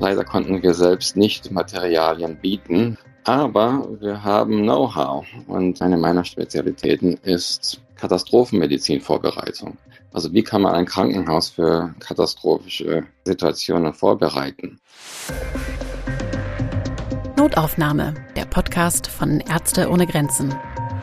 Leider konnten wir selbst nicht Materialien bieten, aber wir haben Know-how und eine meiner Spezialitäten ist Katastrophenmedizinvorbereitung. Also wie kann man ein Krankenhaus für katastrophische Situationen vorbereiten? Notaufnahme, der Podcast von Ärzte ohne Grenzen.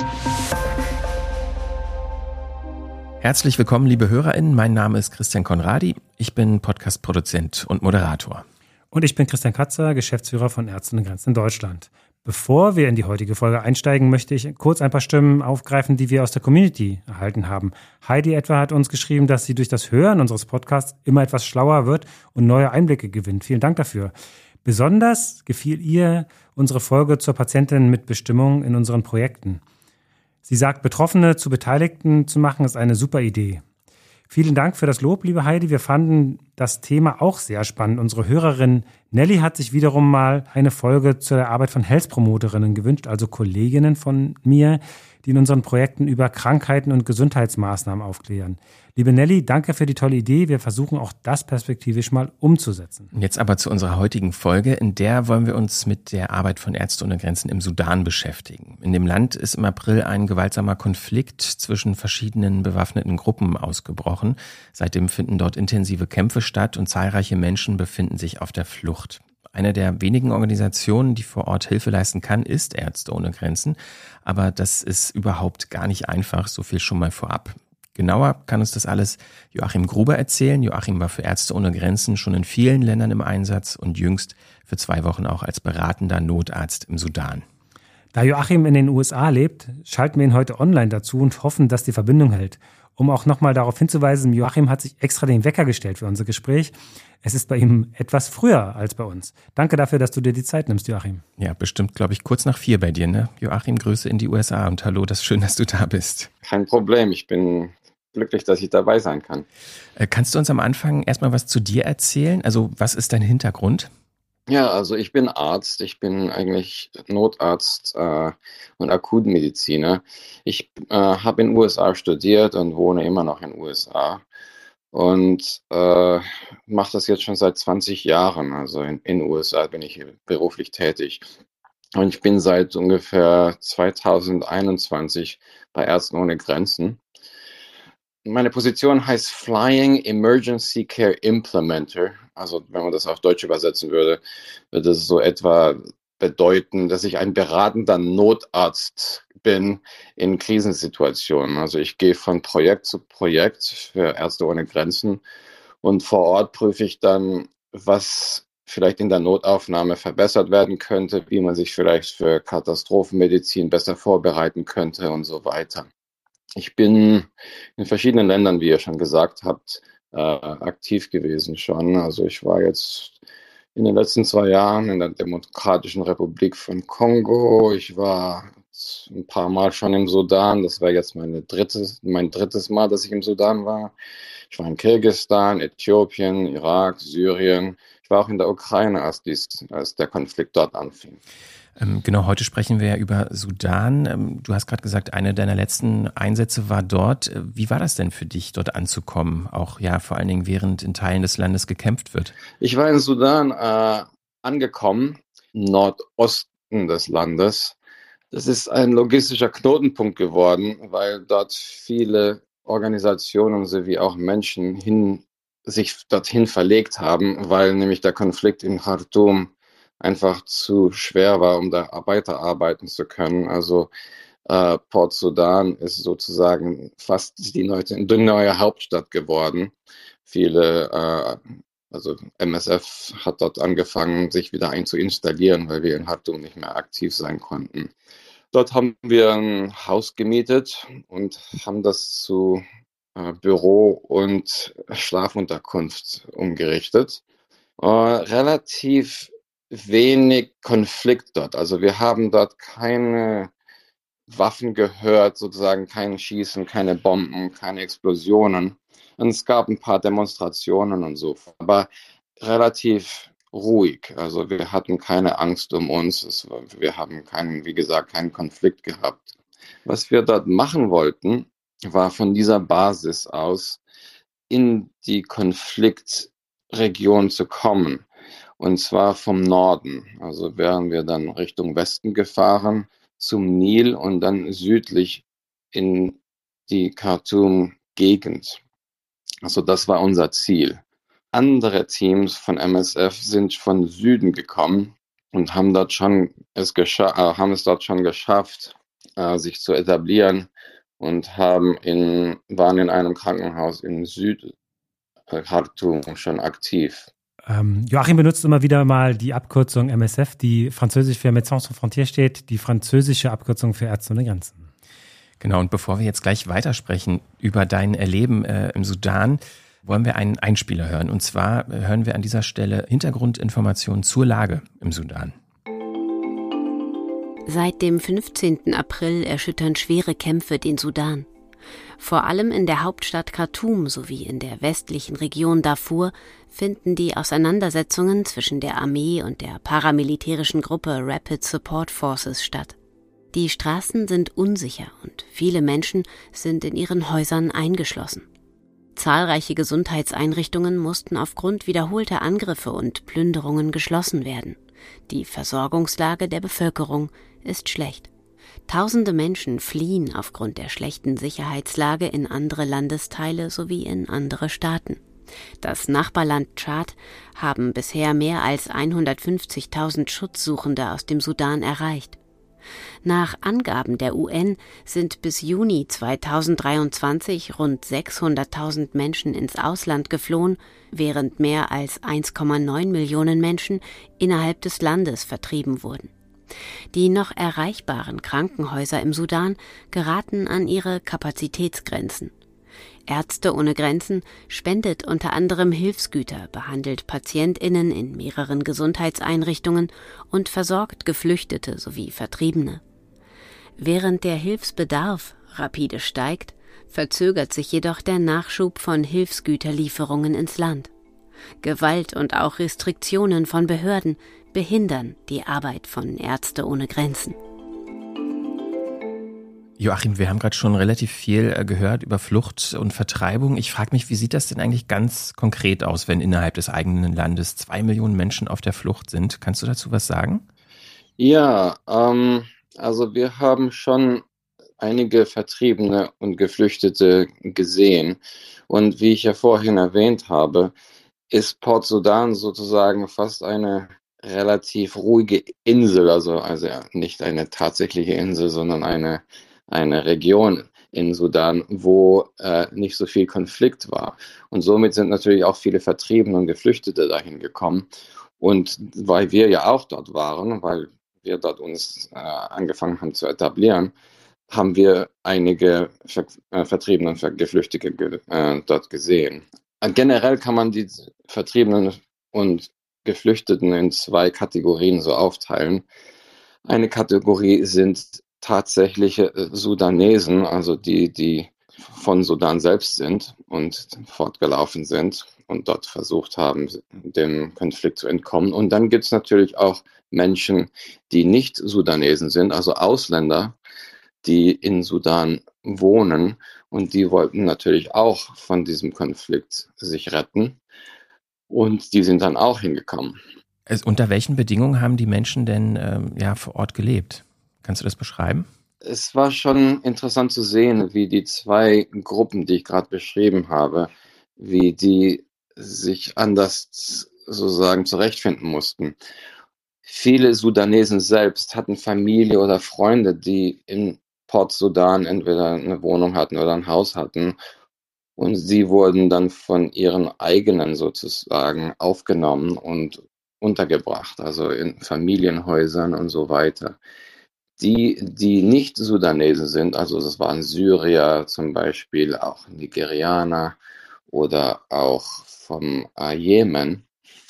Herzlich willkommen, liebe HörerInnen. Mein Name ist Christian Conradi. Ich bin Podcast-Produzent und Moderator. Und ich bin Christian Katzer, Geschäftsführer von Ärzte ohne Grenzen in Deutschland. Bevor wir in die heutige Folge einsteigen, möchte ich kurz ein paar Stimmen aufgreifen, die wir aus der Community erhalten haben. Heidi etwa hat uns geschrieben, dass sie durch das Hören unseres Podcasts immer etwas schlauer wird und neue Einblicke gewinnt. Vielen Dank dafür. Besonders gefiel ihr unsere Folge zur Patientenmitbestimmung in unseren Projekten. Sie sagt, Betroffene zu Beteiligten zu machen, ist eine super Idee. Vielen Dank für das Lob, liebe Heidi. Wir fanden das Thema auch sehr spannend. Unsere Hörerin Nelly hat sich wiederum mal eine Folge zur Arbeit von Health-Promoterinnen gewünscht, also Kolleginnen von mir, die in unseren Projekten über Krankheiten und Gesundheitsmaßnahmen aufklären. Liebe Nelly, danke für die tolle Idee. Wir versuchen auch das perspektivisch mal umzusetzen. Jetzt aber zu unserer heutigen Folge. In der wollen wir uns mit der Arbeit von Ärzte ohne Grenzen im Sudan beschäftigen. In dem Land ist im April ein gewaltsamer Konflikt zwischen verschiedenen bewaffneten Gruppen ausgebrochen. Seitdem finden dort intensive Kämpfe statt und zahlreiche Menschen befinden sich auf der Flucht. Eine der wenigen Organisationen, die vor Ort Hilfe leisten kann, ist Ärzte ohne Grenzen. Aber das ist überhaupt gar nicht einfach, so viel schon mal vorab. Genauer kann uns das alles Joachim Gruber erzählen. Joachim war für Ärzte ohne Grenzen schon in vielen Ländern im Einsatz und jüngst für 2 Wochen auch als beratender Notarzt im Sudan. Da Joachim in den USA lebt, schalten wir ihn heute online dazu und hoffen, dass die Verbindung hält. Um auch nochmal darauf hinzuweisen, Joachim hat sich extra den Wecker gestellt für unser Gespräch. Es ist bei ihm etwas früher als bei uns. Danke dafür, dass du dir die Zeit nimmst, Joachim. Ja, bestimmt, glaube ich, kurz nach 4 bei dir, ne? Joachim, Grüße in die USA und hallo, das ist schön, dass du da bist. Kein Problem, ich bin glücklich, dass ich dabei sein kann. Kannst du uns am Anfang erstmal was zu dir erzählen? Also, was ist dein Hintergrund? Ja, also ich bin Arzt, ich bin eigentlich Notarzt und Akutmediziner. Ich habe in den USA studiert und wohne immer noch in den USA und mache das jetzt schon seit 20 Jahren. Also in den USA bin ich hier beruflich tätig. Und ich bin seit ungefähr 2021 bei Ärzten ohne Grenzen. Meine Position heißt Flying Emergency Care Implementer. Also wenn man das auf Deutsch übersetzen würde, würde es so etwa bedeuten, dass ich ein beratender Notarzt bin in Krisensituationen. Also ich gehe von Projekt zu Projekt für Ärzte ohne Grenzen und vor Ort prüfe ich dann, was vielleicht in der Notaufnahme verbessert werden könnte, wie man sich vielleicht für Katastrophenmedizin besser vorbereiten könnte und so weiter. Ich bin in verschiedenen Ländern, wie ihr schon gesagt habt, aktiv gewesen schon. Also ich war jetzt in den letzten 2 Jahren in der Demokratischen Republik von Kongo. Ich war ein paar Mal schon im Sudan. Das war jetzt mein drittes Mal, dass ich im Sudan war. Ich war in Kirgisistan, Äthiopien, Irak, Syrien. Ich war auch in der Ukraine, als der Konflikt dort anfing. Genau, heute sprechen wir ja über Sudan. Du hast gerade gesagt, eine deiner letzten Einsätze war dort. Wie war das denn für dich, dort anzukommen? Auch ja, vor allen Dingen, während in Teilen des Landes gekämpft wird. Ich war in Sudan angekommen, Nordosten des Landes. Das ist ein logistischer Knotenpunkt geworden, weil dort viele Organisationen sowie auch Menschen sich dorthin verlegt haben, weil nämlich der Konflikt in Khartoum einfach zu schwer war, um da weiterarbeiten zu können. Also Port Sudan ist sozusagen fast die neue Hauptstadt geworden. Also MSF hat dort angefangen, sich wieder einzuinstallieren, weil wir in Khartoum nicht mehr aktiv sein konnten. Dort haben wir ein Haus gemietet und haben das zu Büro und Schlafunterkunft umgerichtet. Relativ wenig Konflikt dort. Also wir haben dort keine Waffen gehört, sozusagen kein Schießen, keine Bomben, keine Explosionen. Und es gab ein paar Demonstrationen und so, aber relativ ruhig. Also wir hatten keine Angst um uns. Wir haben wie gesagt, keinen Konflikt gehabt. Was wir dort machen wollten, war von dieser Basis aus in die Konfliktregion zu kommen. und zwar vom Norden. Also wären wir dann Richtung Westen gefahren zum Nil und dann südlich in die Khartoum-Gegend. Also das war unser Ziel. Andere Teams von MSF sind von Süden gekommen und haben haben es dort schon geschafft, sich zu etablieren und waren in einem Krankenhaus in Süd-Khartoum schon aktiv. Joachim benutzt immer wieder mal die Abkürzung MSF, die französisch für Médecins Sans Frontières steht, die französische Abkürzung für Ärzte ohne Grenzen. Genau, und bevor wir jetzt gleich weitersprechen über dein Erleben im Sudan, wollen wir einen Einspieler hören. Und zwar hören wir an dieser Stelle Hintergrundinformationen zur Lage im Sudan. Seit dem 15. April erschüttern schwere Kämpfe den Sudan. Vor allem in der Hauptstadt Khartoum sowie in der westlichen Region Darfur finden die Auseinandersetzungen zwischen der Armee und der paramilitärischen Gruppe Rapid Support Forces statt. Die Straßen sind unsicher und viele Menschen sind in ihren Häusern eingeschlossen. Zahlreiche Gesundheitseinrichtungen mussten aufgrund wiederholter Angriffe und Plünderungen geschlossen werden. Die Versorgungslage der Bevölkerung ist schlecht. Tausende Menschen fliehen aufgrund der schlechten Sicherheitslage in andere Landesteile sowie in andere Staaten. Das Nachbarland Tschad haben bisher mehr als 150.000 Schutzsuchende aus dem Sudan erreicht. Nach Angaben der UN sind bis Juni 2023 rund 600.000 Menschen ins Ausland geflohen, während mehr als 1,9 Millionen Menschen innerhalb des Landes vertrieben wurden. Die noch erreichbaren Krankenhäuser im Sudan geraten an ihre Kapazitätsgrenzen. Ärzte ohne Grenzen spendet unter anderem Hilfsgüter, behandelt PatientInnen in mehreren Gesundheitseinrichtungen und versorgt Geflüchtete sowie Vertriebene. Während der Hilfsbedarf rapide steigt, verzögert sich jedoch der Nachschub von Hilfsgüterlieferungen ins Land. Gewalt und auch Restriktionen von Behörden behindern die Arbeit von Ärzte ohne Grenzen. Joachim, wir haben gerade schon relativ viel gehört über Flucht und Vertreibung. Ich frage mich, wie sieht das denn eigentlich ganz konkret aus, wenn innerhalb des eigenen Landes 2 Millionen Menschen auf der Flucht sind? Kannst du dazu was sagen? Ja, also wir haben schon einige Vertriebene und Geflüchtete gesehen. Und wie ich ja vorhin erwähnt habe, ist Port Sudan sozusagen fast eine relativ ruhige Insel, also nicht eine tatsächliche Insel, sondern eine Region in Sudan, wo nicht so viel Konflikt war. Und somit sind natürlich auch viele Vertriebene und Geflüchtete dahin gekommen. Und weil wir ja auch dort waren, weil wir dort uns angefangen haben zu etablieren, haben wir einige Vertriebene und Geflüchtete dort gesehen. Generell kann man die Vertriebenen und Geflüchteten in 2 Kategorien so aufteilen. Eine Kategorie sind tatsächliche Sudanesen, also die von Sudan selbst sind und fortgelaufen sind und dort versucht haben, dem Konflikt zu entkommen. Und dann gibt es natürlich auch Menschen, die nicht Sudanesen sind, also Ausländer, die in Sudan wohnen, und die wollten natürlich auch von diesem Konflikt sich retten, und die sind dann auch hingekommen. Unter welchen Bedingungen haben die Menschen denn vor Ort gelebt? Kannst du das beschreiben? Es war schon interessant zu sehen, wie die 2 Gruppen, die ich gerade beschrieben habe, wie die sich anders sozusagen zurechtfinden mussten. Viele Sudanesen selbst hatten Familie oder Freunde, die in Port Sudan entweder eine Wohnung hatten oder ein Haus hatten. Und sie wurden dann von ihren eigenen sozusagen aufgenommen und untergebracht, also in Familienhäusern und so weiter. Die nicht Sudanesen sind, also das waren Syrier zum Beispiel, auch Nigerianer oder auch vom Jemen,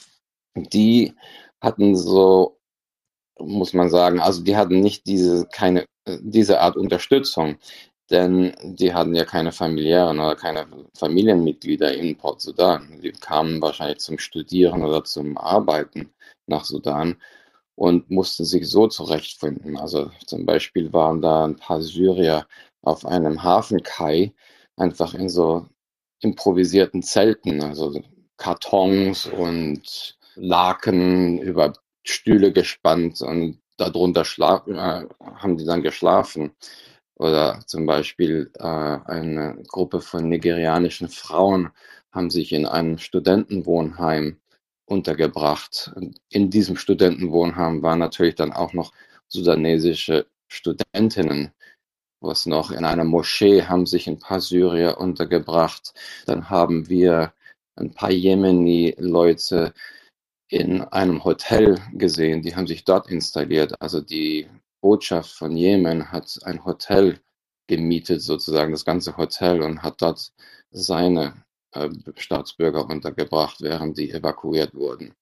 die hatten so, muss man sagen, also die hatten nicht diese Art Unterstützung, denn die hatten ja keine familiären oder keine Familienmitglieder in Port Sudan. Die kamen wahrscheinlich zum Studieren oder zum Arbeiten nach Sudan und mussten sich so zurechtfinden. Also zum Beispiel waren da ein paar Syrier auf einem Hafenkai, einfach in so improvisierten Zelten, also Kartons und Laken über Stühle gespannt und darunter haben die dann geschlafen. Oder zum Beispiel eine Gruppe von nigerianischen Frauen haben sich in einem Studentenwohnheim untergebracht. Und in diesem Studentenwohnheim waren natürlich dann auch noch sudanesische Studentinnen. Was noch in einer Moschee haben sich ein paar Syrier untergebracht. Dann haben wir ein paar Jemeni-Leute in einem Hotel gesehen, die haben sich dort installiert. Also die Botschaft von Jemen hat ein Hotel gemietet, sozusagen das ganze Hotel, und hat dort seine Staatsbürger untergebracht, während die evakuiert wurden.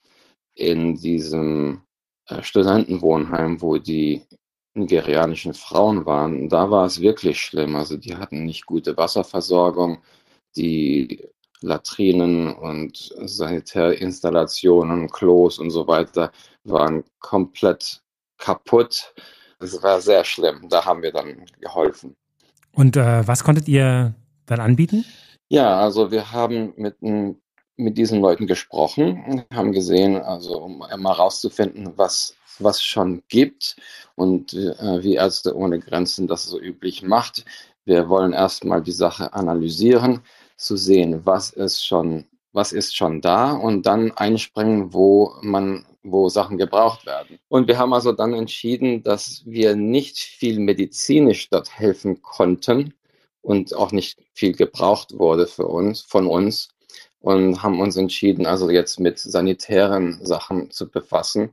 In diesem Studentenwohnheim, wo die nigerianischen Frauen waren, da war es wirklich schlimm. Also die hatten nicht gute Wasserversorgung, die Latrinen und Sanitärinstallationen, Klos und so weiter waren komplett kaputt. Es war sehr schlimm. Da haben wir dann geholfen. Und was konntet ihr dann anbieten? Ja, also wir haben mit diesen Leuten gesprochen und haben gesehen, also um mal rauszufinden, was schon gibt und wie Ärzte ohne Grenzen das so üblich macht. Wir wollen erstmal die Sache analysieren, zu sehen, was ist schon da, und dann einspringen, wo Sachen gebraucht werden. Und wir haben also dann entschieden, dass wir nicht viel medizinisch dort helfen konnten und auch nicht viel gebraucht wurde von uns, und haben uns entschieden, also jetzt mit sanitären Sachen zu befassen.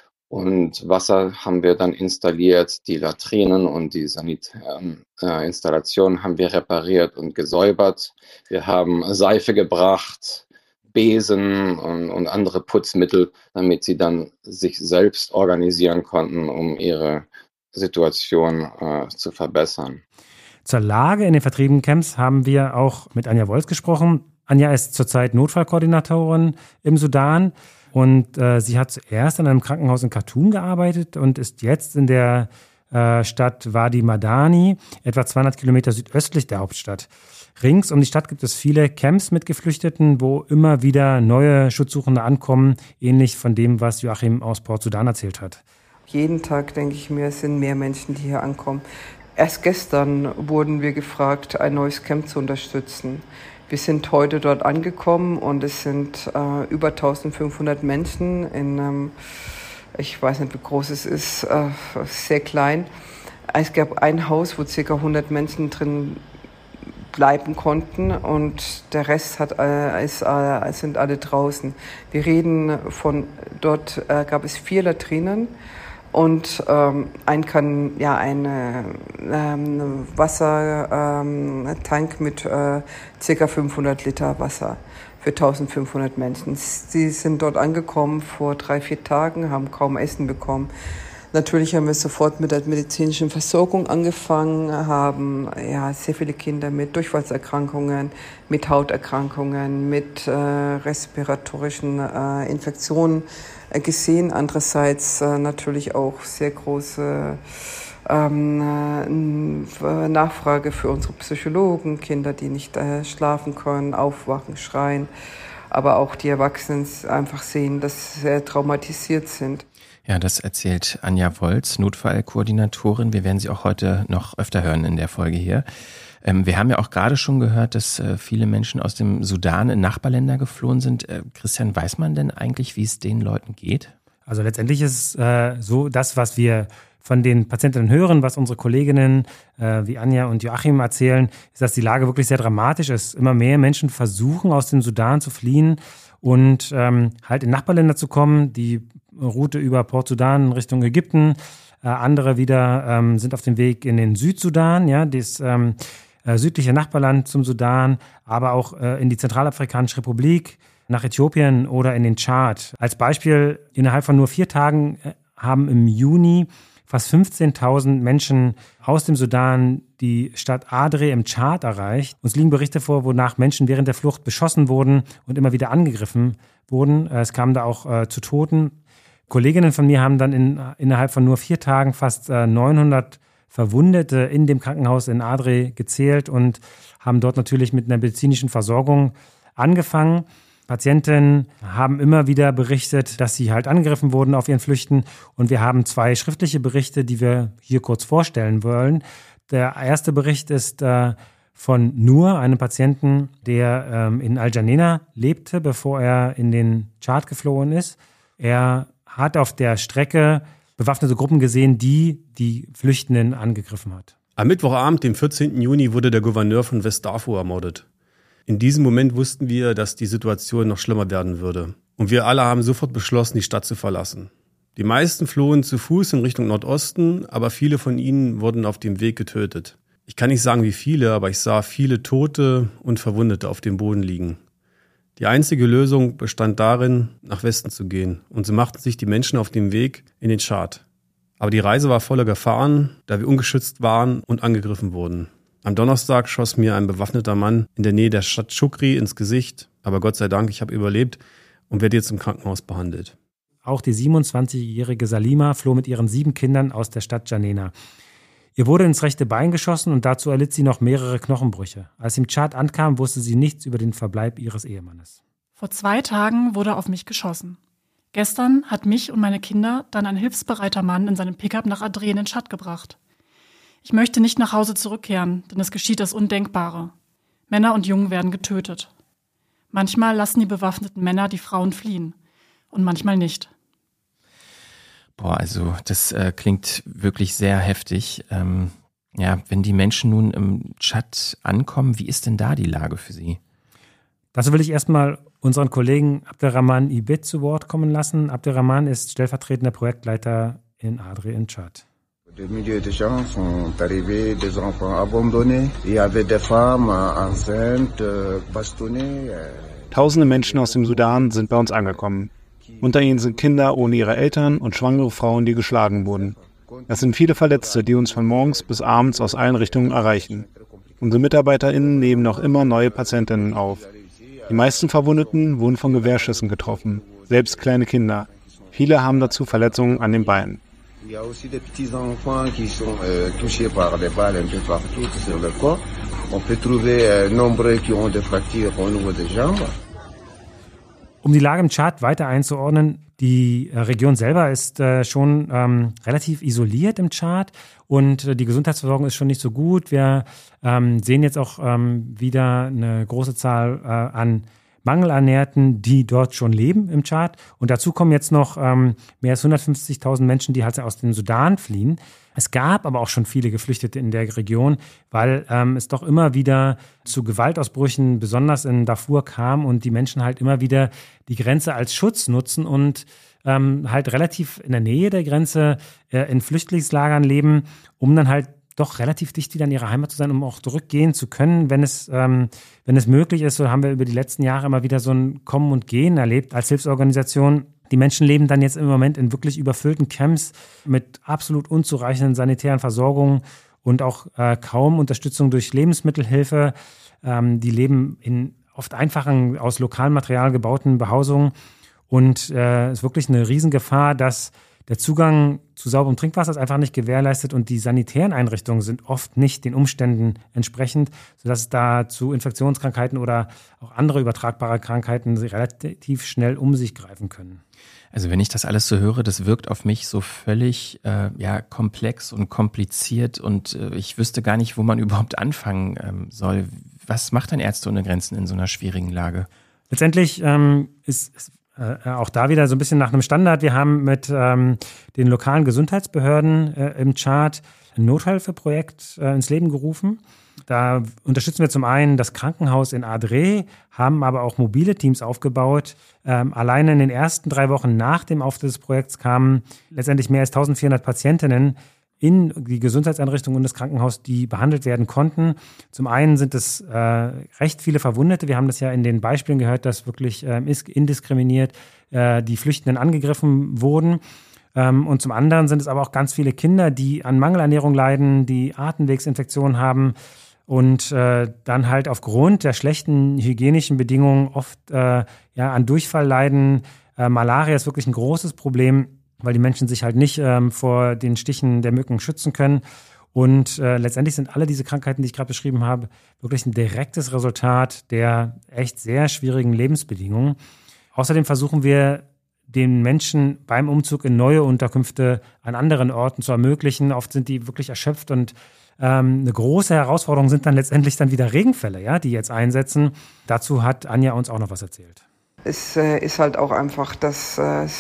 Und Wasser haben wir dann installiert, die Latrinen und die sanitären Installationen haben wir repariert und gesäubert. Wir haben Seife gebracht, Besen und andere Putzmittel, damit sie dann sich selbst organisieren konnten, um ihre Situation zu verbessern. Zur Lage in den vertriebenen Camps haben wir auch mit Anja Wolz gesprochen. Anja ist zurzeit Notfallkoordinatorin im Sudan. Und sie hat zuerst an einem Krankenhaus in Khartoum gearbeitet und ist jetzt in der Stadt Wadi Madani, etwa 200 Kilometer südöstlich der Hauptstadt. Rings um die Stadt gibt es viele Camps mit Geflüchteten, wo immer wieder neue Schutzsuchende ankommen, ähnlich von dem, was Joachim aus Port Sudan erzählt hat. Jeden Tag denke ich mir, es sind mehr Menschen, die hier ankommen. Erst gestern wurden wir gefragt, ein neues Camp zu unterstützen. Wir sind heute dort angekommen und es sind über 1500 Menschen in, ich weiß nicht, wie groß es ist, sehr klein. Es gab ein Haus, wo ca. 100 Menschen drin bleiben konnten und der Rest sind alle draußen. Wir reden von, dort gab es 4 Latrinen und ein Wassertank mit ca. 500 Liter Wasser für 1500 Menschen. Sie sind dort angekommen vor 3-4 Tagen, haben kaum Essen bekommen. Natürlich haben wir sofort mit der medizinischen Versorgung angefangen, haben sehr viele Kinder mit Durchfallserkrankungen, mit Hauterkrankungen, mit respiratorischen Infektionen gesehen. Andererseits natürlich auch sehr große Nachfrage für unsere Psychologen, Kinder, die nicht schlafen können, aufwachen, schreien, aber auch die Erwachsenen einfach sehen, dass sie sehr traumatisiert sind. Ja, das erzählt Anja Wolz, Notfallkoordinatorin. Wir werden sie auch heute noch öfter hören in der Folge hier. Wir haben ja auch gerade schon gehört, dass viele Menschen aus dem Sudan in Nachbarländer geflohen sind. Christian, weiß man denn eigentlich, wie es den Leuten geht? Also letztendlich ist es so, das, was wir von den Patientinnen hören, was unsere Kolleginnen wie Anja und Joachim erzählen, ist, dass die Lage wirklich sehr dramatisch ist. Immer mehr Menschen versuchen, aus dem Sudan zu fliehen und halt in Nachbarländer zu kommen. Die Route über Port Sudan in Richtung Ägypten. Andere wieder sind auf dem Weg in den Südsudan, ja, das südliche Nachbarland zum Sudan, aber auch in die Zentralafrikanische Republik, nach Äthiopien oder in den Tschad. Als Beispiel, innerhalb von nur 4 Tagen haben im Juni fast 15.000 Menschen aus dem Sudan die Stadt Adre im Tschad erreicht. Uns liegen Berichte vor, wonach Menschen während der Flucht beschossen wurden und immer wieder angegriffen wurden. Es kam da auch zu Toten. Kolleginnen von mir haben dann innerhalb von nur 4 Tagen fast 900 Verwundete in dem Krankenhaus in Adre gezählt und haben dort natürlich mit einer medizinischen Versorgung angefangen. Patientinnen haben immer wieder berichtet, dass sie halt angegriffen wurden auf ihren Flüchten. Und wir haben 2 schriftliche Berichte, die wir hier kurz vorstellen wollen. Der erste Bericht ist von Nur, einem Patienten, der in Al-Janena lebte, bevor er in den Tschad geflohen ist. Er hat auf der Strecke bewaffnete Gruppen gesehen, die Flüchtenden angegriffen hat. Am Mittwochabend, dem 14. Juni, wurde der Gouverneur von West-Darfur ermordet. In diesem Moment wussten wir, dass die Situation noch schlimmer werden würde. Und wir alle haben sofort beschlossen, die Stadt zu verlassen. Die meisten flohen zu Fuß in Richtung Nordosten, aber viele von ihnen wurden auf dem Weg getötet. Ich kann nicht sagen, wie viele, aber ich sah viele Tote und Verwundete auf dem Boden liegen. Die einzige Lösung bestand darin, nach Westen zu gehen. Und so machten sich die Menschen auf den Weg in den Tschad. Aber die Reise war voller Gefahren, da wir ungeschützt waren und angegriffen wurden. Am Donnerstag schoss mir ein bewaffneter Mann in der Nähe der Stadt Chukri ins Gesicht. Aber Gott sei Dank, ich habe überlebt und werde jetzt im Krankenhaus behandelt. Auch die 27-jährige Salima floh mit ihren 7 Kindern aus der Stadt Janena. Ihr wurde ins rechte Bein geschossen und dazu erlitt sie noch mehrere Knochenbrüche. Als sie im Tschad ankam, wusste sie nichts über den Verbleib ihres Ehemannes. Vor 2 Tagen wurde auf mich geschossen. Gestern hat mich und meine Kinder dann ein hilfsbereiter Mann in seinem Pickup nach Adre in den Tschad gebracht. Ich möchte nicht nach Hause zurückkehren, denn es geschieht das Undenkbare. Männer und Jungen werden getötet. Manchmal lassen die bewaffneten Männer die Frauen fliehen und manchmal nicht. Boah, also das klingt wirklich sehr heftig. Wenn die Menschen nun im Tschad ankommen, wie ist denn da die Lage für sie? Dazu will ich erstmal unseren Kollegen Abderrahman Ibet zu Wort kommen lassen. Abderrahman ist stellvertretender Projektleiter in Adre in Tschad. Des milliers de gens sont arrivés, des enfants abandonnés. Il y avait des femmes enceintes, bastonnées. Tausende Menschen aus dem Sudan sind bei uns angekommen. Unter ihnen sind Kinder ohne ihre Eltern und schwangere Frauen, die geschlagen wurden. Es sind viele Verletzte, die uns von morgens bis abends aus allen Richtungen erreichen. Unsere MitarbeiterInnen nehmen noch immer neue Patientinnen auf. Die meisten Verwundeten wurden von Gewehrschüssen getroffen, selbst kleine Kinder. Viele haben dazu Verletzungen an den Beinen. Il y a aussi des petits enfants qui sont touchés par des balles un peu partout sur le corps. On peut trouver nombreux qui ont des fractures au niveau des jambes. Um die Lage im Tschad weiter einzuordnen, die Region selber ist schon relativ isoliert im Tschad und die Gesundheitsversorgung ist schon nicht so gut. Wir sehen jetzt auch wieder eine große Zahl an Mangelernährten, die dort schon leben im Tschad. Und dazu kommen jetzt noch mehr als 150.000 Menschen, die halt aus dem Sudan fliehen. Es gab aber auch schon viele Geflüchtete in der Region, weil es doch immer wieder zu Gewaltausbrüchen, besonders in Darfur, kam und die Menschen halt immer wieder die Grenze als Schutz nutzen und halt relativ in der Nähe der Grenze in Flüchtlingslagern leben, um dann halt doch relativ dicht wieder in ihrer Heimat zu sein, um auch zurückgehen zu können, wenn es möglich ist. So haben wir über die letzten Jahre immer wieder so ein Kommen und Gehen erlebt als Hilfsorganisation. Die Menschen leben dann jetzt im Moment in wirklich überfüllten Camps mit absolut unzureichenden sanitären Versorgungen und auch kaum Unterstützung durch Lebensmittelhilfe. Die leben in oft einfachen, aus lokalem Material gebauten Behausungen. Und es ist wirklich eine Riesengefahr, dass der Zugang zu sauberem Trinkwasser ist einfach nicht gewährleistet und die sanitären Einrichtungen sind oft nicht den Umständen entsprechend, sodass es da zu Infektionskrankheiten oder auch andere übertragbare Krankheiten relativ schnell um sich greifen können. Also wenn ich das alles so höre, das wirkt auf mich so völlig komplex und kompliziert und ich wüsste gar nicht, wo man überhaupt anfangen soll. Was macht denn Ärzte ohne Grenzen in so einer schwierigen Lage? Letztendlich ist auch da wieder so ein bisschen nach einem Standard. Wir haben mit den lokalen Gesundheitsbehörden im Tschad ein Nothilfeprojekt ins Leben gerufen. Da unterstützen wir zum einen das Krankenhaus in Adre, haben aber auch mobile Teams aufgebaut. Alleine in den ersten 3 Wochen nach dem Auftritt des Projekts kamen letztendlich mehr als 1400 Patientinnen in die Gesundheitseinrichtung und das Krankenhaus, die behandelt werden konnten. Zum einen sind es recht viele Verwundete. Wir haben das ja in den Beispielen gehört, dass wirklich indiskriminiert die Flüchtenden angegriffen wurden. Und zum anderen sind es aber auch ganz viele Kinder, die an Mangelernährung leiden, die Atemwegsinfektionen haben und dann halt aufgrund der schlechten hygienischen Bedingungen oft an Durchfall leiden. Malaria ist wirklich ein großes Problem, weil die Menschen sich halt nicht vor den Stichen der Mücken schützen können. Und letztendlich sind alle diese Krankheiten, die ich gerade beschrieben habe, wirklich ein direktes Resultat der echt sehr schwierigen Lebensbedingungen. Außerdem versuchen wir, den Menschen beim Umzug in neue Unterkünfte an anderen Orten zu ermöglichen. Oft sind die wirklich erschöpft und eine große Herausforderung sind dann letztendlich dann wieder Regenfälle, ja, die jetzt einsetzen. Dazu hat Anja uns auch noch was erzählt. Es ist halt auch einfach, dass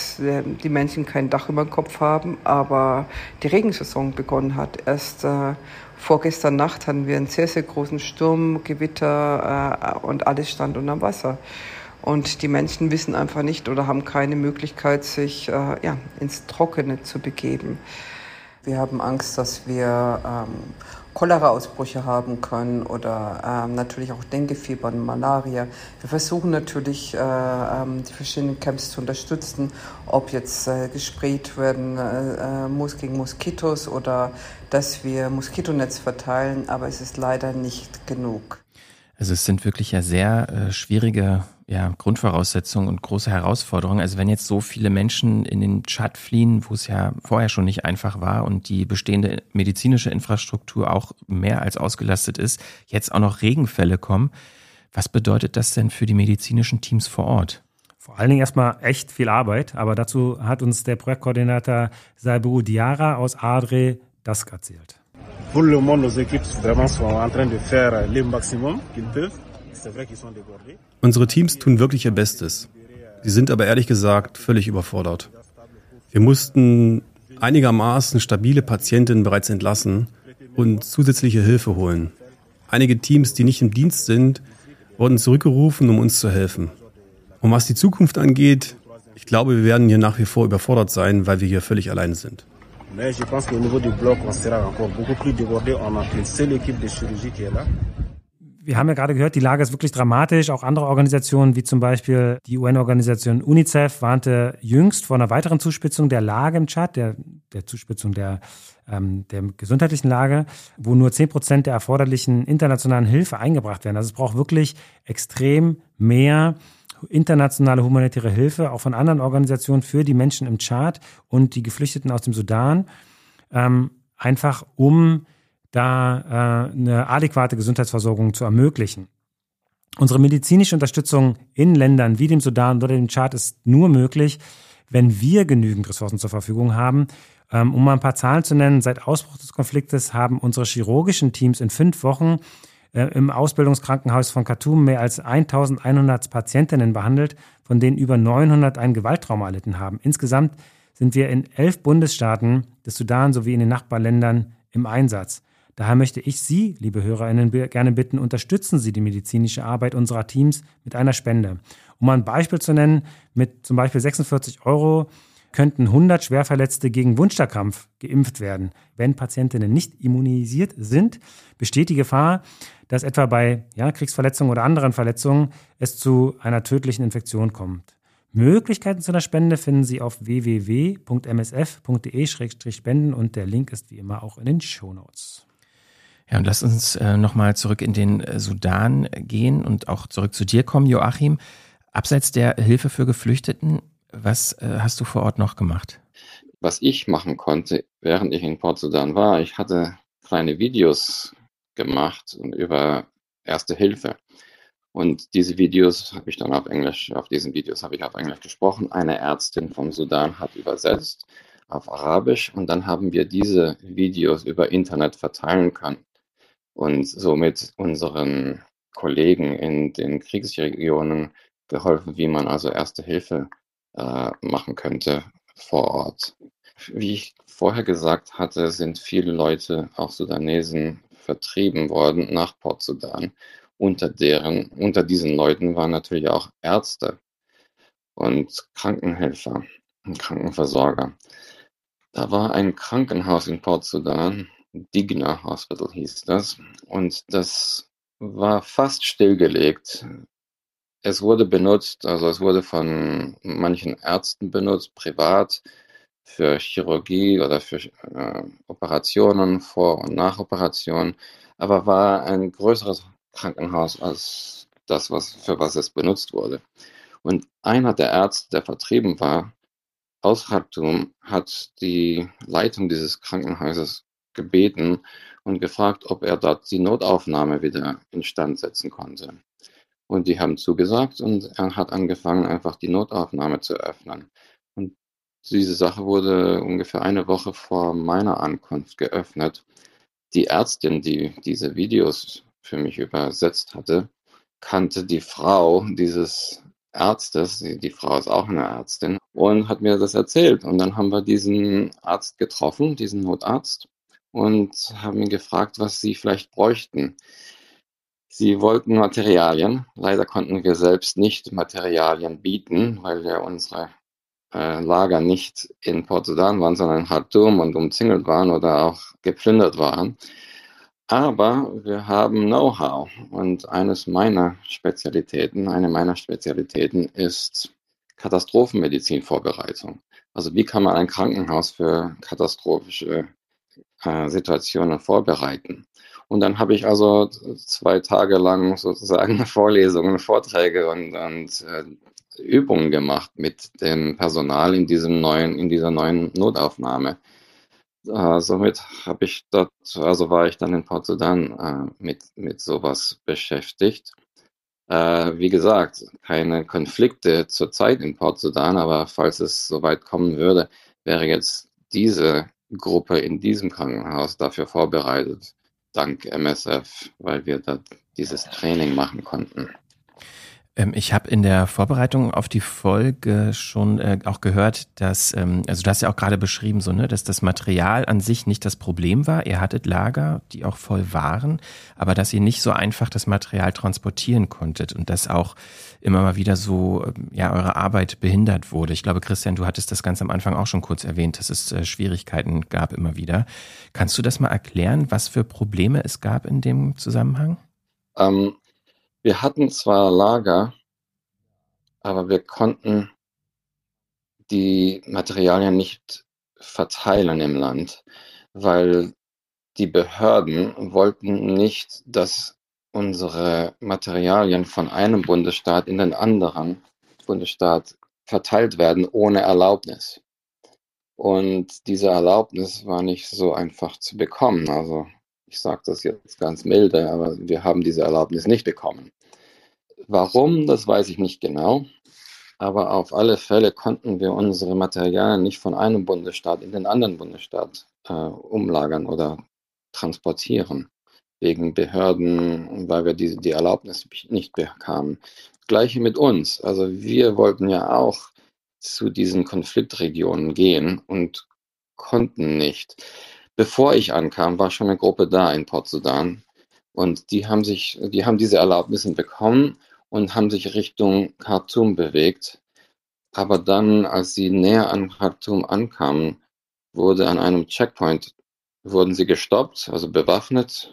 die Menschen kein Dach über dem Kopf haben, aber die Regensaison begonnen hat. Erst vorgestern Nacht hatten wir einen sehr, sehr großen Sturm, Gewitter und alles stand unter Wasser. Und die Menschen wissen einfach nicht oder haben keine Möglichkeit, sich ins Trockene zu begeben. Wir haben Angst, dass wir Cholera-Ausbrüche haben können oder natürlich auch Denguefieber und Malaria. Wir versuchen natürlich, die verschiedenen Camps zu unterstützen, ob jetzt gesprayt werden gegen Moskitos oder dass wir Moskitonetz verteilen, aber es ist leider nicht genug. Also es sind wirklich ja sehr schwierige Grundvoraussetzungen und große Herausforderungen. Also wenn jetzt so viele Menschen in den Tschad fliehen, wo es ja vorher schon nicht einfach war und die bestehende medizinische Infrastruktur auch mehr als ausgelastet ist, jetzt auch noch Regenfälle kommen, was bedeutet das denn für die medizinischen Teams vor Ort? Vor allen Dingen erstmal echt viel Arbeit, aber dazu hat uns der Projektkoordinator Saibou Diarra aus Adre das erzählt. Pour le moment, nos équipes vraiment sont en train de faire le maximum qu'ils peuvent. C'est vrai qu'ils sont débordés. Unsere Teams tun wirklich ihr Bestes. Sie sind aber ehrlich gesagt völlig überfordert. Wir mussten einigermaßen stabile Patientinnen bereits entlassen und zusätzliche Hilfe holen. Einige Teams, die nicht im Dienst sind, wurden zurückgerufen, um uns zu helfen. Und was die Zukunft angeht, ich glaube, wir werden hier nach wie vor überfordert sein, weil wir hier völlig allein sind. Mais je pense qu'au niveau du bloc, on sera encore beaucoup plus débordé. On a une seule équipe de chirurgie qui est là. Wir haben ja gerade gehört, die Lage ist wirklich dramatisch. Auch andere Organisationen, wie zum Beispiel die UN-Organisation UNICEF, warnte jüngst vor einer weiteren Zuspitzung der Lage im Tschad, der Zuspitzung der gesundheitlichen Lage, wo nur 10% der erforderlichen internationalen Hilfe eingebracht werden. Also es braucht wirklich extrem mehr internationale humanitäre Hilfe, auch von anderen Organisationen für die Menschen im Tschad und die Geflüchteten aus dem Sudan, einfach um da eine adäquate Gesundheitsversorgung zu ermöglichen. Unsere medizinische Unterstützung in Ländern wie dem Sudan oder dem Tschad ist nur möglich, wenn wir genügend Ressourcen zur Verfügung haben. Um mal ein paar Zahlen zu nennen, seit Ausbruch des Konfliktes haben unsere chirurgischen Teams in 5 Wochen im Ausbildungskrankenhaus von Khartoum mehr als 1100 Patientinnen behandelt, von denen über 900 ein Gewalttrauma erlitten haben. Insgesamt sind wir in 11 Bundesstaaten des Sudan sowie in den Nachbarländern im Einsatz. Daher möchte ich Sie, liebe HörerInnen, gerne bitten, unterstützen Sie die medizinische Arbeit unserer Teams mit einer Spende. Um mal ein Beispiel zu nennen, mit zum Beispiel 46 € könnten 100 Schwerverletzte gegen Wunschterkrampf geimpft werden. Wenn Patientinnen nicht immunisiert sind, besteht die Gefahr, dass etwa bei Kriegsverletzungen oder anderen Verletzungen es zu einer tödlichen Infektion kommt. Möglichkeiten zu einer Spende finden Sie auf www.msf.de/spenden und der Link ist wie immer auch in den Shownotes. Ja, und lass uns nochmal zurück in den Sudan gehen und auch zurück zu dir kommen, Joachim. Abseits der Hilfe für Geflüchteten, was hast du vor Ort noch gemacht? Was ich machen konnte, während ich in Port-Sudan war, ich hatte kleine Videos gemacht über Erste Hilfe. Und diese Videos habe ich dann auf diesen Videos habe ich auf Englisch gesprochen. Eine Ärztin vom Sudan hat übersetzt auf Arabisch und dann haben wir diese Videos über Internet verteilen können und somit unseren Kollegen in den Kriegsregionen geholfen, wie man also Erste Hilfe machen könnte vor Ort. Wie ich vorher gesagt hatte, sind viele Leute, auch Sudanesen, vertrieben worden nach Port-Sudan. Unter diesen Leuten waren natürlich auch Ärzte und Krankenhelfer und Krankenversorger. Da war ein Krankenhaus in Port-Sudan, Digna Hospital hieß das, und das war fast stillgelegt. Es wurde von manchen Ärzten benutzt, privat, für Chirurgie oder für Operationen, Vor- und Nachoperationen, aber war ein größeres Krankenhaus als das, für was es benutzt wurde. Und einer der Ärzte, der vertrieben war, aus Khartoum, hat die Leitung dieses Krankenhauses gebeten und gefragt, ob er dort die Notaufnahme wieder instand setzen konnte. Und die haben zugesagt und er hat angefangen, einfach die Notaufnahme zu öffnen. Und diese Sache wurde ungefähr eine Woche vor meiner Ankunft geöffnet. Die Ärztin, die diese Videos für mich übersetzt hatte, kannte die Frau dieses Arztes, die Frau ist auch eine Ärztin, und hat mir das erzählt. Und dann haben wir diesen Arzt getroffen, diesen Notarzt, und haben ihn gefragt, was sie vielleicht bräuchten. Sie wollten Materialien. Leider konnten wir selbst nicht Materialien bieten, weil wir unsere Lager nicht in Port-Sudan waren, sondern in Khartoum und umzingelt waren oder auch geplündert waren. Aber wir haben Know-how und eine meiner Spezialitäten ist Katastrophenmedizinvorbereitung. Also wie kann man ein Krankenhaus für katastrophische Situationen vorbereiten? Und dann habe ich also 2 Tage lang sozusagen Vorlesungen, Vorträge und Übungen gemacht mit dem Personal in dieser neuen Notaufnahme. Somit war ich dann in Port-Sudan mit sowas beschäftigt. Wie gesagt, keine Konflikte zurzeit in Port-Sudan, aber falls es soweit kommen würde, wäre jetzt diese Gruppe in diesem Krankenhaus dafür vorbereitet, dank MSF, weil wir da dieses Training machen konnten. Ich habe in der Vorbereitung auf die Folge schon auch gehört, dass, also du hast ja auch gerade beschrieben, so, ne, dass das Material an sich nicht das Problem war. Ihr hattet Lager, die auch voll waren, aber dass ihr nicht so einfach das Material transportieren konntet und dass auch immer mal wieder so, ja, eure Arbeit behindert wurde. Ich glaube, Christian, du hattest das ganz am Anfang auch schon kurz erwähnt, dass es Schwierigkeiten gab immer wieder. Kannst du das mal erklären, was für Probleme es gab in dem Zusammenhang? Wir hatten zwar Lager, aber wir konnten die Materialien nicht verteilen im Land, weil die Behörden wollten nicht, dass unsere Materialien von einem Bundesstaat in den anderen Bundesstaat verteilt werden ohne Erlaubnis. Und diese Erlaubnis war nicht so einfach zu bekommen. Also ich sage das jetzt ganz milde, aber wir haben diese Erlaubnis nicht bekommen. Warum, das weiß ich nicht genau, aber auf alle Fälle konnten wir unsere Materialien nicht von einem Bundesstaat in den anderen Bundesstaat umlagern oder transportieren, wegen Behörden, weil wir die Erlaubnis nicht bekamen. Gleiche mit uns, also wir wollten ja auch zu diesen Konfliktregionen gehen und konnten nicht. Bevor ich ankam, war schon eine Gruppe da in Port-Sudan und die haben diese Erlaubnisse bekommen und haben sich Richtung Khartoum bewegt. Aber dann, als sie näher an Khartoum ankamen, an einem Checkpoint wurden sie gestoppt, also bewaffnet,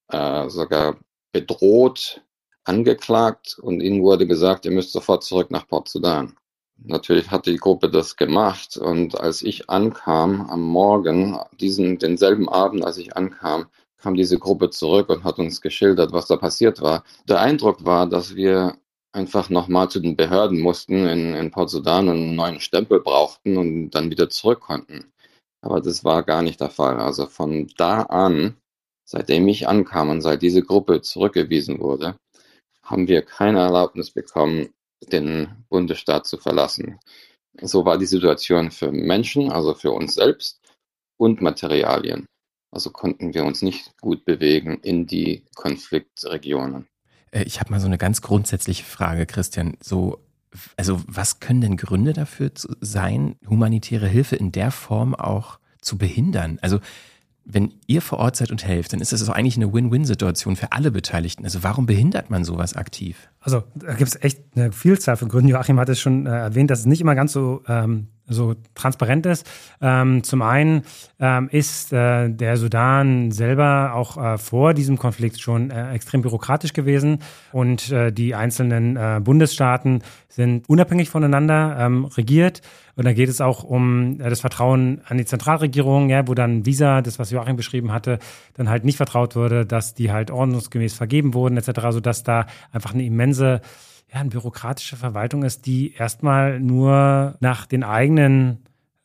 sogar bedroht, angeklagt und ihnen wurde gesagt, ihr müsst sofort zurück nach Port-Sudan. Natürlich hat die Gruppe das gemacht und als ich ankam am Morgen, denselben Abend, als ich ankam, kam diese Gruppe zurück und hat uns geschildert, was da passiert war. Der Eindruck war, dass wir einfach nochmal zu den Behörden mussten in Port-Sudan und einen neuen Stempel brauchten und dann wieder zurück konnten. Aber das war gar nicht der Fall. Also von da an, seitdem ich ankam und seit diese Gruppe zurückgewiesen wurde, haben wir keine Erlaubnis bekommen, den Bundesstaat zu verlassen. So war die Situation für Menschen, also für uns selbst und Materialien. Also konnten wir uns nicht gut bewegen in die Konfliktregionen. Ich habe mal so eine ganz grundsätzliche Frage, Christian. Also was können denn Gründe dafür sein, humanitäre Hilfe in der Form auch zu behindern? Also wenn ihr vor Ort seid und helft, dann ist das doch eigentlich eine Win-Win-Situation für alle Beteiligten. Also warum behindert man sowas aktiv? Also da gibt es echt eine Vielzahl von Gründen. Joachim hat es schon erwähnt, dass es nicht immer ganz so transparent ist. Zum einen ist der Sudan selber auch vor diesem Konflikt schon extrem bürokratisch gewesen und die einzelnen Bundesstaaten sind unabhängig voneinander regiert. Und da geht es auch um das Vertrauen an die Zentralregierung, ja, wo dann Visa, das was Joachim beschrieben hatte, dann halt nicht vertraut wurde, dass die halt ordnungsgemäß vergeben wurden etc., sodass da einfach eine immense eine bürokratische Verwaltung ist, die erstmal nur nach den eigenen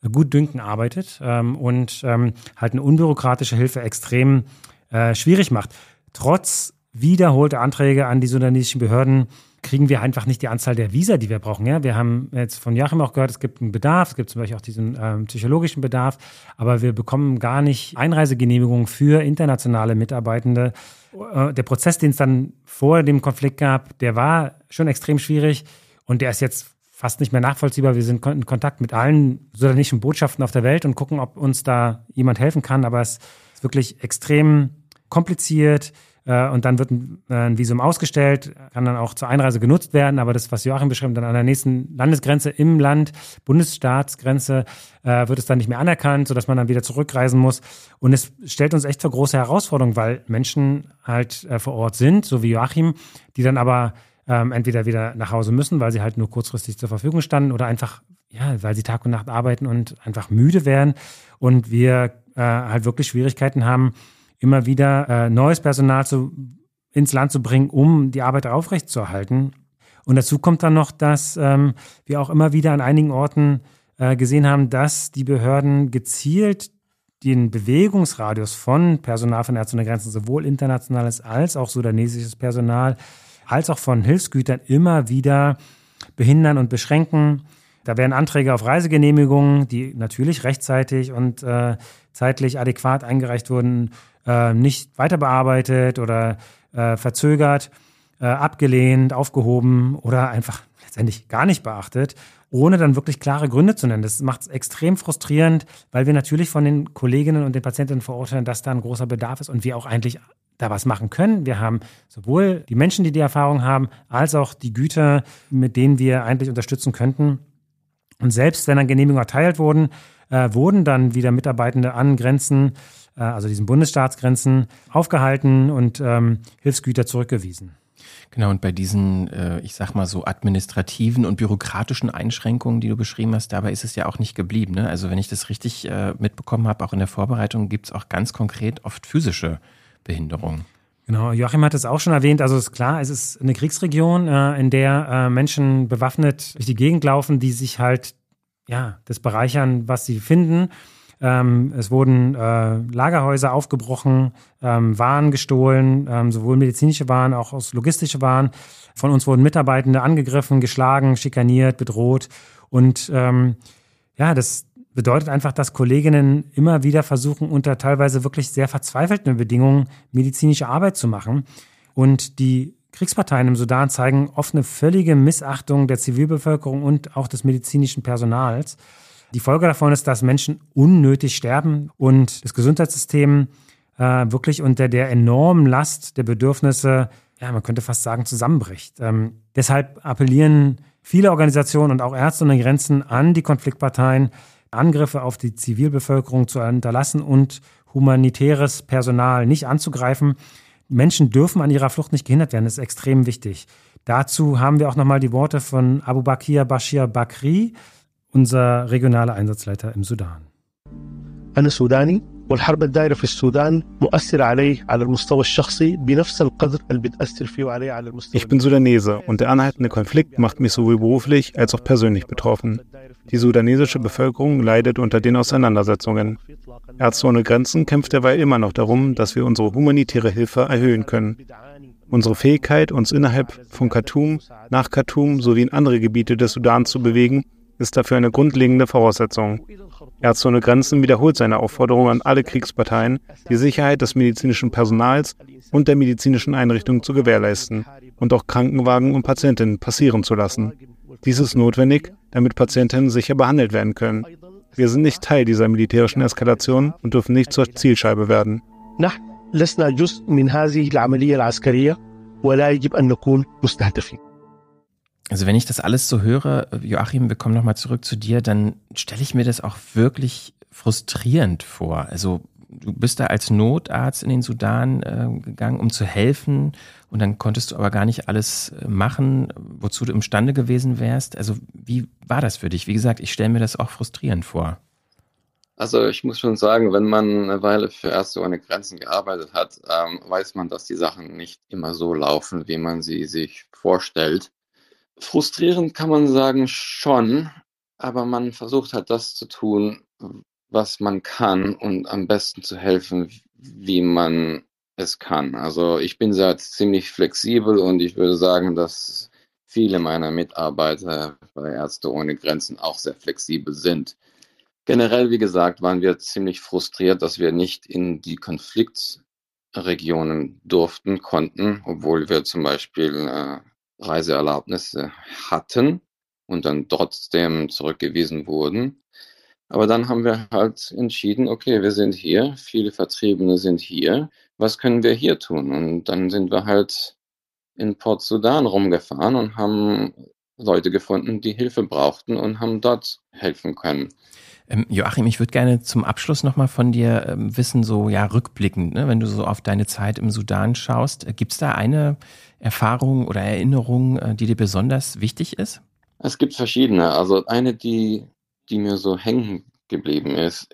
Gutdünken arbeitet und halt eine unbürokratische Hilfe extrem schwierig macht. Trotz wiederholter Anträge an die sudanesischen Behörden kriegen wir einfach nicht die Anzahl der Visa, die wir brauchen. Ja? Wir haben jetzt von Joachim auch gehört, es gibt einen Bedarf, es gibt zum Beispiel auch diesen psychologischen Bedarf, aber wir bekommen gar nicht Einreisegenehmigungen für internationale Mitarbeitende. Der Prozess, den es dann vor dem Konflikt gab, der war schon extrem schwierig und der ist jetzt fast nicht mehr nachvollziehbar. Wir sind in Kontakt mit allen sudanesischen Botschaften auf der Welt und gucken, ob uns da jemand helfen kann, aber es ist wirklich extrem kompliziert. Und dann wird ein Visum ausgestellt, kann dann auch zur Einreise genutzt werden. Aber das, was Joachim beschreibt, dann an der nächsten Landesgrenze im Land, Bundesstaatsgrenze, wird es dann nicht mehr anerkannt, sodass man dann wieder zurückreisen muss. Und es stellt uns echt vor große Herausforderungen, weil Menschen halt vor Ort sind, so wie Joachim, die dann aber entweder wieder nach Hause müssen, weil sie halt nur kurzfristig zur Verfügung standen oder einfach, ja, weil sie Tag und Nacht arbeiten und einfach müde werden. Und wir halt wirklich Schwierigkeiten haben, immer wieder neues Personal ins Land zu bringen, um die Arbeit aufrechtzuerhalten. Und dazu kommt dann noch, dass wir auch immer wieder an einigen Orten gesehen haben, dass die Behörden gezielt den Bewegungsradius von Personal von Ärzte ohne Grenzen, sowohl internationales als auch sudanesisches Personal, als auch von Hilfsgütern immer wieder behindern und beschränken. Da werden Anträge auf Reisegenehmigungen, die natürlich rechtzeitig und zeitlich adäquat eingereicht wurden, nicht weiter bearbeitet oder verzögert, abgelehnt, aufgehoben oder einfach letztendlich gar nicht beachtet, ohne dann wirklich klare Gründe zu nennen. Das macht es extrem frustrierend, weil wir natürlich von den Kolleginnen und den Patientinnen verurteilen, dass da ein großer Bedarf ist und wir auch eigentlich da was machen können. Wir haben sowohl die Menschen, die die Erfahrung haben, als auch die Güter, mit denen wir eigentlich unterstützen könnten. Und selbst wenn dann Genehmigungen erteilt wurden, wurden dann wieder Mitarbeitende an Grenzen, also diesen Bundesstaatsgrenzen, aufgehalten und Hilfsgüter zurückgewiesen. Genau, und bei diesen, ich sag mal so administrativen und bürokratischen Einschränkungen, die du beschrieben hast, dabei ist es ja auch nicht geblieben. Ne? Also wenn ich das richtig mitbekommen habe, auch in der Vorbereitung gibt es auch ganz konkret oft physische Behinderungen. Genau, Joachim hat es auch schon erwähnt, also ist klar, es ist eine Kriegsregion, in der Menschen bewaffnet durch die Gegend laufen, die sich halt das bereichern, was sie finden. Es wurden Lagerhäuser aufgebrochen, Waren gestohlen, sowohl medizinische Waren, auch aus logistische Waren. Von uns wurden Mitarbeitende angegriffen, geschlagen, schikaniert, bedroht. Und das bedeutet einfach, dass Kolleginnen immer wieder versuchen, unter teilweise wirklich sehr verzweifelten Bedingungen medizinische Arbeit zu machen. Und die Kriegsparteien im Sudan zeigen oft eine völlige Missachtung der Zivilbevölkerung und auch des medizinischen Personals. Die Folge davon ist, dass Menschen unnötig sterben und das Gesundheitssystem wirklich unter der enormen Last der Bedürfnisse, man könnte fast sagen, zusammenbricht. Deshalb appellieren viele Organisationen und auch Ärzte ohne Grenzen an die Konfliktparteien, Angriffe auf die Zivilbevölkerung zu unterlassen und humanitäres Personal nicht anzugreifen. Menschen dürfen an ihrer Flucht nicht gehindert werden, das ist extrem wichtig. Dazu haben wir auch nochmal die Worte von Abubakir Bashir Bakri, unser regionaler Einsatzleiter im Sudan. أنا سوداني والحرب الدائرة في السودان مؤثرة علي على المستوى الشخصي بنفس القدر اللي بتأثر فيه علي على المستوى. Ich bin Sudanese und der anhaltende Konflikt macht mich sowohl beruflich als auch persönlich betroffen. Die sudanesische Bevölkerung leidet unter den Auseinandersetzungen. Ärzte ohne Grenzen kämpft derweil immer noch darum, dass wir unsere humanitäre Hilfe erhöhen können. Unsere Fähigkeit, uns innerhalb von Khartoum, nach Khartoum sowie in andere Gebiete des Sudan zu bewegen, ist dafür eine grundlegende Voraussetzung. Ärzte ohne Grenzen wiederholt seine Aufforderung an alle Kriegsparteien, die Sicherheit des medizinischen Personals und der medizinischen Einrichtungen zu gewährleisten und auch Krankenwagen und Patientinnen passieren zu lassen. Dies ist notwendig, damit Patientinnen sicher behandelt werden können. Wir sind nicht Teil dieser militärischen Eskalation und dürfen nicht zur Zielscheibe werden. لسنا جزء من هذه العملية العسكرية ولا يجب أن نكون مستهدفين. Also wenn ich das alles so höre, Joachim, wir kommen nochmal zurück zu dir, dann stelle ich mir das auch wirklich frustrierend vor. Also du bist da als Notarzt in den Sudan gegangen, um zu helfen, und dann konntest du aber gar nicht alles machen, wozu du imstande gewesen wärst. Also wie war das für dich? Wie gesagt, ich stelle mir das auch frustrierend vor. Also ich muss schon sagen, wenn man eine Weile für Ärzte ohne Grenzen gearbeitet hat, weiß man, dass die Sachen nicht immer so laufen, wie man sie sich vorstellt. Frustrierend kann man sagen schon, Aber man versucht halt das zu tun, was man kann und am besten zu helfen, wie man es kann. Also ich bin da ziemlich flexibel und ich würde sagen, dass viele meiner Mitarbeiter bei Ärzte ohne Grenzen auch sehr flexibel sind. Generell, wie gesagt, waren wir ziemlich frustriert, dass wir nicht in die Konfliktregionen konnten, obwohl wir zum Beispiel Reiseerlaubnisse hatten und dann trotzdem zurückgewiesen wurden. Aber dann haben wir halt entschieden, okay, wir sind hier, viele Vertriebene sind hier, was können wir hier tun? Und dann sind wir halt in Port Sudan rumgefahren und haben Leute gefunden, die Hilfe brauchten und haben dort helfen können. Joachim, ich würde gerne zum Abschluss nochmal von dir wissen, so ja rückblickend, ne, wenn du so auf deine Zeit im Sudan schaust, gibt es da eine Erfahrung oder Erinnerung, die dir besonders wichtig ist? Es gibt verschiedene. Also eine, die mir so hängen geblieben ist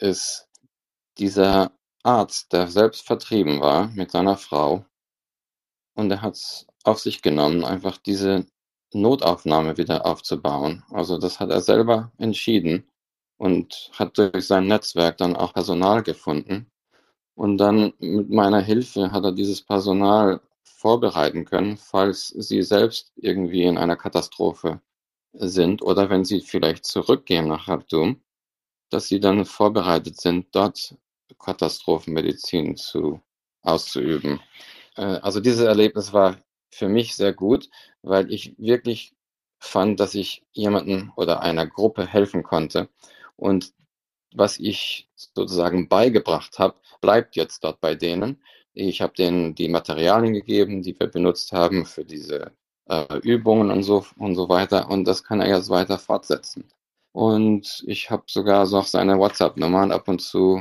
dieser Arzt, der selbst vertrieben war mit seiner Frau. Und er hat es auf sich genommen, einfach diese Notaufnahme wieder aufzubauen. Also das hat er selber entschieden und hat durch sein Netzwerk dann auch Personal gefunden. Und dann mit meiner Hilfe hat er dieses Personal vorbereiten können, falls sie selbst irgendwie in einer Katastrophe sind oder wenn sie vielleicht zurückgehen nach Khartoum, dass sie dann vorbereitet sind, dort Katastrophenmedizin auszuüben. Also dieses Erlebnis war für mich sehr gut, weil ich wirklich fand, dass ich jemandem oder einer Gruppe helfen konnte. Und was ich sozusagen beigebracht habe, bleibt jetzt dort bei denen. Ich habe denen die Materialien gegeben, die wir benutzt haben für diese Übungen und so weiter. Und das kann er jetzt weiter fortsetzen. Und ich habe sogar noch seine WhatsApp-Nummer und ab und zu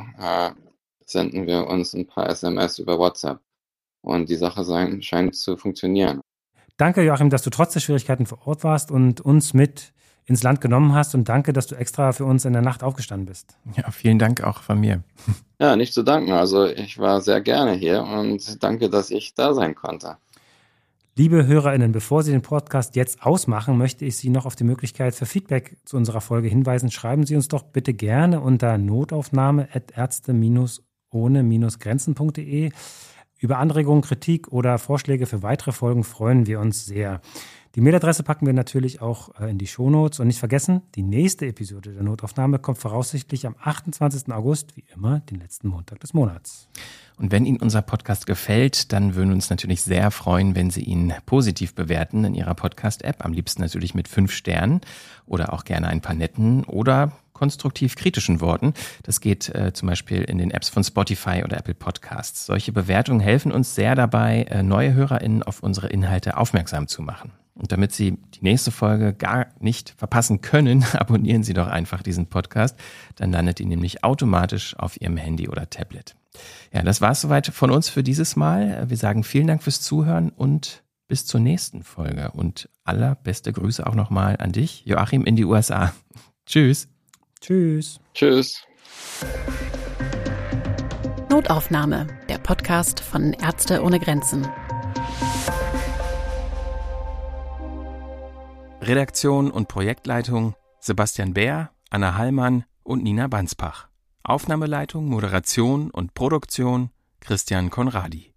senden wir uns ein paar SMS über WhatsApp. Und die Sache scheint zu funktionieren. Danke, Joachim, dass du trotz der Schwierigkeiten vor Ort warst und uns mit ins Land genommen hast. Und danke, dass du extra für uns in der Nacht aufgestanden bist. Ja, vielen Dank auch von mir. Ja, nicht zu danken. Also ich war sehr gerne hier und danke, dass ich da sein konnte. Liebe HörerInnen, bevor Sie den Podcast jetzt ausmachen, möchte ich Sie noch auf die Möglichkeit für Feedback zu unserer Folge hinweisen. Schreiben Sie uns doch bitte gerne unter notaufnahme@ärzte-ohne-grenzen.de. Über Anregungen, Kritik oder Vorschläge für weitere Folgen freuen wir uns sehr. Die Mailadresse packen wir natürlich auch in die Shownotes. Und nicht vergessen, die nächste Episode der Notaufnahme kommt voraussichtlich am 28. August, wie immer, den letzten Montag des Monats. Und wenn Ihnen unser Podcast gefällt, dann würden wir uns natürlich sehr freuen, wenn Sie ihn positiv bewerten in Ihrer Podcast-App. Am liebsten natürlich mit 5 Sternen oder auch gerne ein paar netten oder konstruktiv kritischen Worten. Das geht zum Beispiel in den Apps von Spotify oder Apple Podcasts. Solche Bewertungen helfen uns sehr dabei, neue HörerInnen auf unsere Inhalte aufmerksam zu machen. Und damit Sie die nächste Folge gar nicht verpassen können, abonnieren Sie doch einfach diesen Podcast. Dann landet ihr nämlich automatisch auf Ihrem Handy oder Tablet. Ja, das war's soweit von uns für dieses Mal. Wir sagen vielen Dank fürs Zuhören und bis zur nächsten Folge. Und allerbeste Grüße auch nochmal an dich, Joachim, in die USA. Tschüss. Tschüss. Tschüss. Notaufnahme, der Podcast von Ärzte ohne Grenzen. Redaktion und Projektleitung Sebastian Bär, Anna Hallmann und Nina Banspach. Aufnahmeleitung, Moderation und Produktion Christian Conradi.